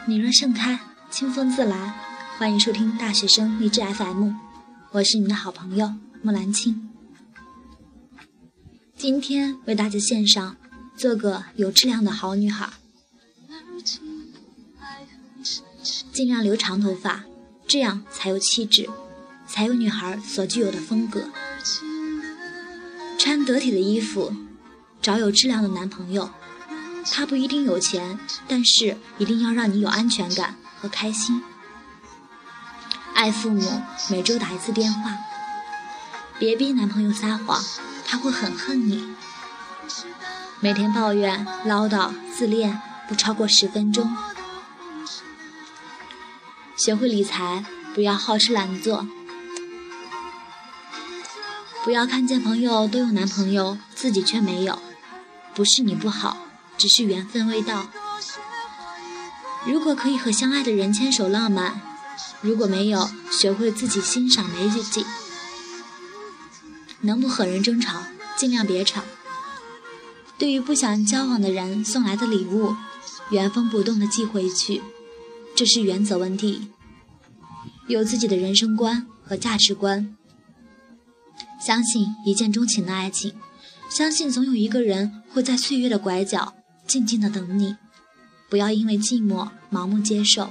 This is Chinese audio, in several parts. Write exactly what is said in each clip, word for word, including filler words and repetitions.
你若盛开，清风自来。欢迎收听大学生励志 F M， 我是你的好朋友木兰青。今天为大家献上做个有质量的好女孩。尽量留长头发，这样才有气质，才有女孩所具有的风格。穿得体的衣服，找有质量的男朋友。他不一定有钱，但是一定要让你有安全感和开心。爱父母，每周打一次电话。别逼男朋友撒谎，他会很恨你。每天抱怨、唠叨、自恋，不超过十分钟。学会理财，不要好吃懒做。不要看见朋友都有男朋友，自己却没有。不是你不好，只是缘分未到。如果可以和相爱的人牵手浪漫，如果没有，学会自己欣赏美景。能不和人争吵，尽量别吵。对于不想交往的人送来的礼物，原封不动地寄回去，这是原则问题。有自己的人生观和价值观，相信一见钟情的爱情，相信总有一个人会在岁月的拐角静静地等你。不要因为寂寞盲目接受。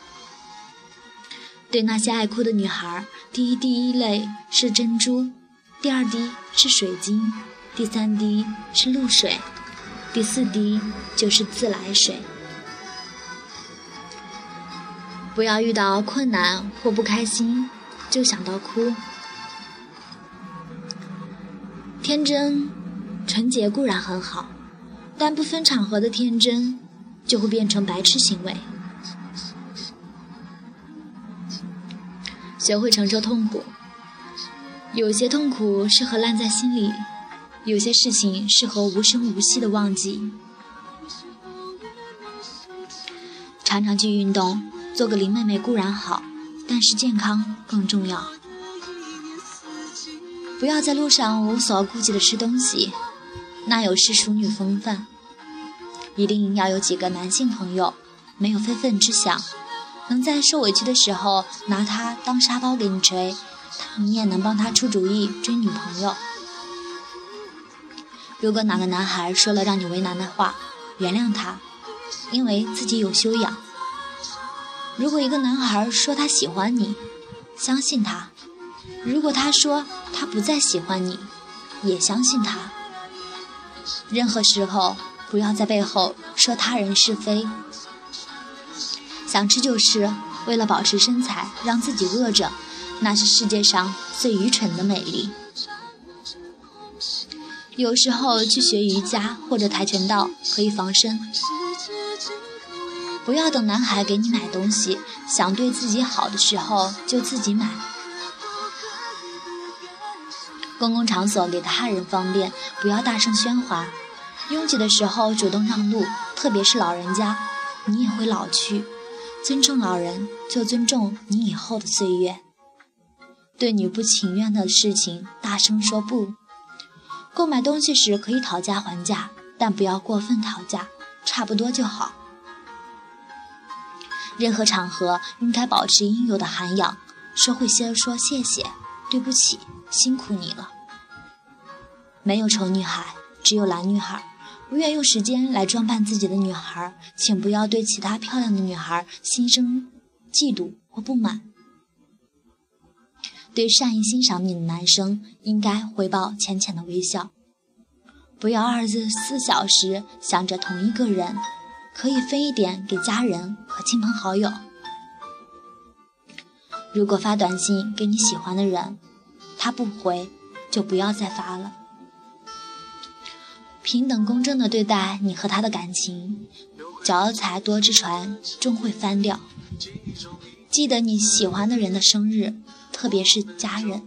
对那些爱哭的女孩，第一第一类是珍珠，第二滴是水晶，第三滴是露水，第四滴就是自来水。不要遇到困难或不开心就想到哭。天真纯洁固然很好，但不分场合的天真就会变成白痴行为。学会承受痛苦，有些痛苦适合烂在心里，有些事情适合无声无息的忘记。常常去运动，做个林妹妹固然好，但是健康更重要。不要在路上无所顾忌的吃东西，那有失淑女风范。一定要有几个男性朋友，没有非分之想，能在受委屈的时候拿他当沙包给你捶，你也能帮他出主意追女朋友。如果哪个男孩说了让你为难的话，原谅他，因为自己有修养。如果一个男孩说他喜欢你，相信他。如果他说他不再喜欢你，也相信他。任何时候不要在背后说他人是非。想吃就吃，为了保持身材让自己饿着，那是世界上最愚蠢的美丽。有时候去学瑜伽或者跆拳道可以防身。不要等男孩给你买东西，想对自己好的时候就自己买。公共场所给他人方便，不要大声喧哗。拥挤的时候主动让路，特别是老人家，你也会老去。尊重老人，就尊重你以后的岁月。对你不情愿的事情大声说不。购买东西时可以讨价还价，但不要过分讨价，差不多就好。任何场合应该保持应有的涵养，说会先说谢谢，对不起，辛苦你了。没有丑女孩，只有懒女孩。不愿用时间来装扮自己的女孩，请不要对其他漂亮的女孩心生嫉妒或不满。对善意欣赏你的男生，应该回报浅浅的微笑。不要二十四小时想着同一个人，可以分一点给家人和亲朋好友。如果发短信给你喜欢的人，他不回，就不要再发了。平等公正地对待你和他的感情，脚踩多只船终会翻掉。记得你喜欢的人的生日，特别是家人。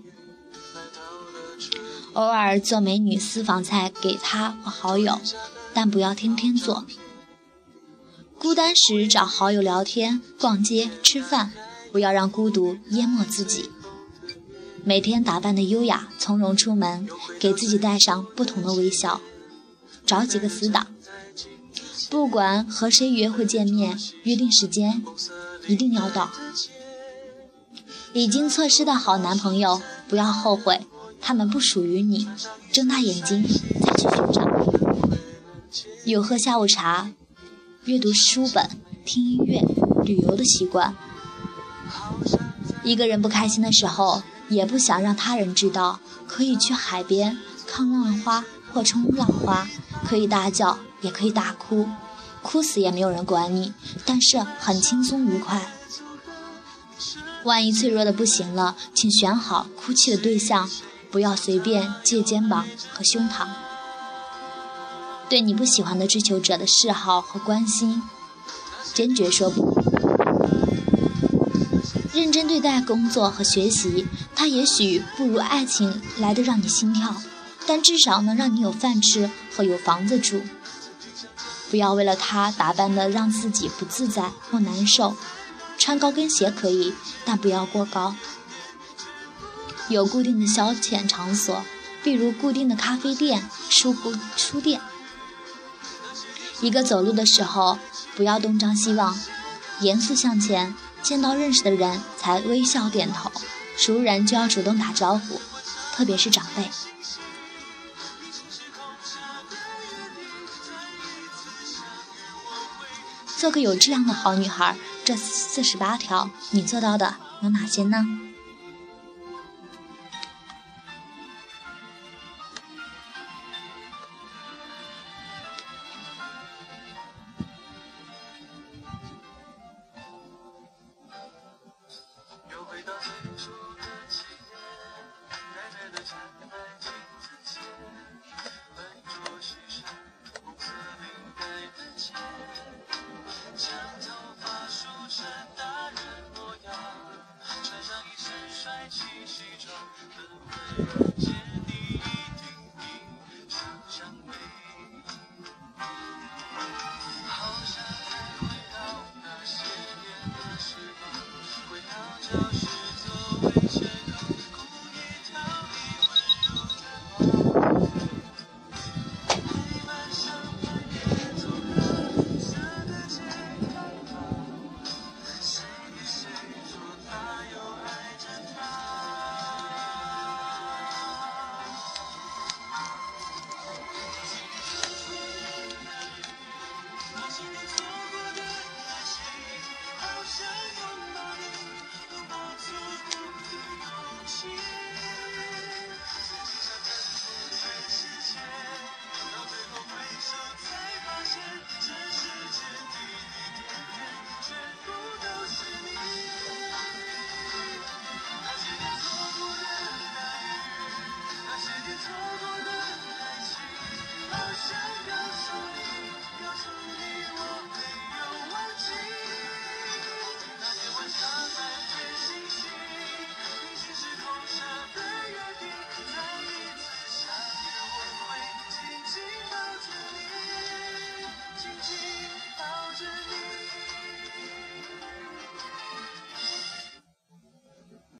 偶尔做美女私房菜给他或好友，但不要天天做。孤单时找好友聊天、逛街、吃饭，不要让孤独淹没自己。每天打扮得优雅从容出门，给自己带上不同的微笑。找几个死党， 不管和谁约会见面，约定时间一定要到。已经错失的好男朋友，不要后悔，他们不属于你，睁大眼睛再去寻找。有喝下午茶、阅读书本、听音乐、旅游的习惯。一个人不开心的时候，也不想让他人知道，可以去海边看浪花或冲浪花，可以大叫也可以大哭，哭死也没有人管你，但是很轻松愉快。万一脆弱的不行了，请选好哭泣的对象，不要随便借肩膀和胸膛。对你不喜欢的追求者的嗜好和关心，坚决说不。认真对待工作和学习，它也许不如爱情来得让你心跳，但至少能让你有饭吃和有房子住。不要为了他打扮得让自己不自在或难受，穿高跟鞋可以，但不要过高。有固定的消遣场所，比如固定的咖啡店、书书店。一个走路的时候，不要东张西望，严肃向前，见到认识的人才微笑点头，熟人就要主动打招呼，特别是长辈。做个有质量的好女孩，这四十八条你做到的有哪些呢？ 帅气西装。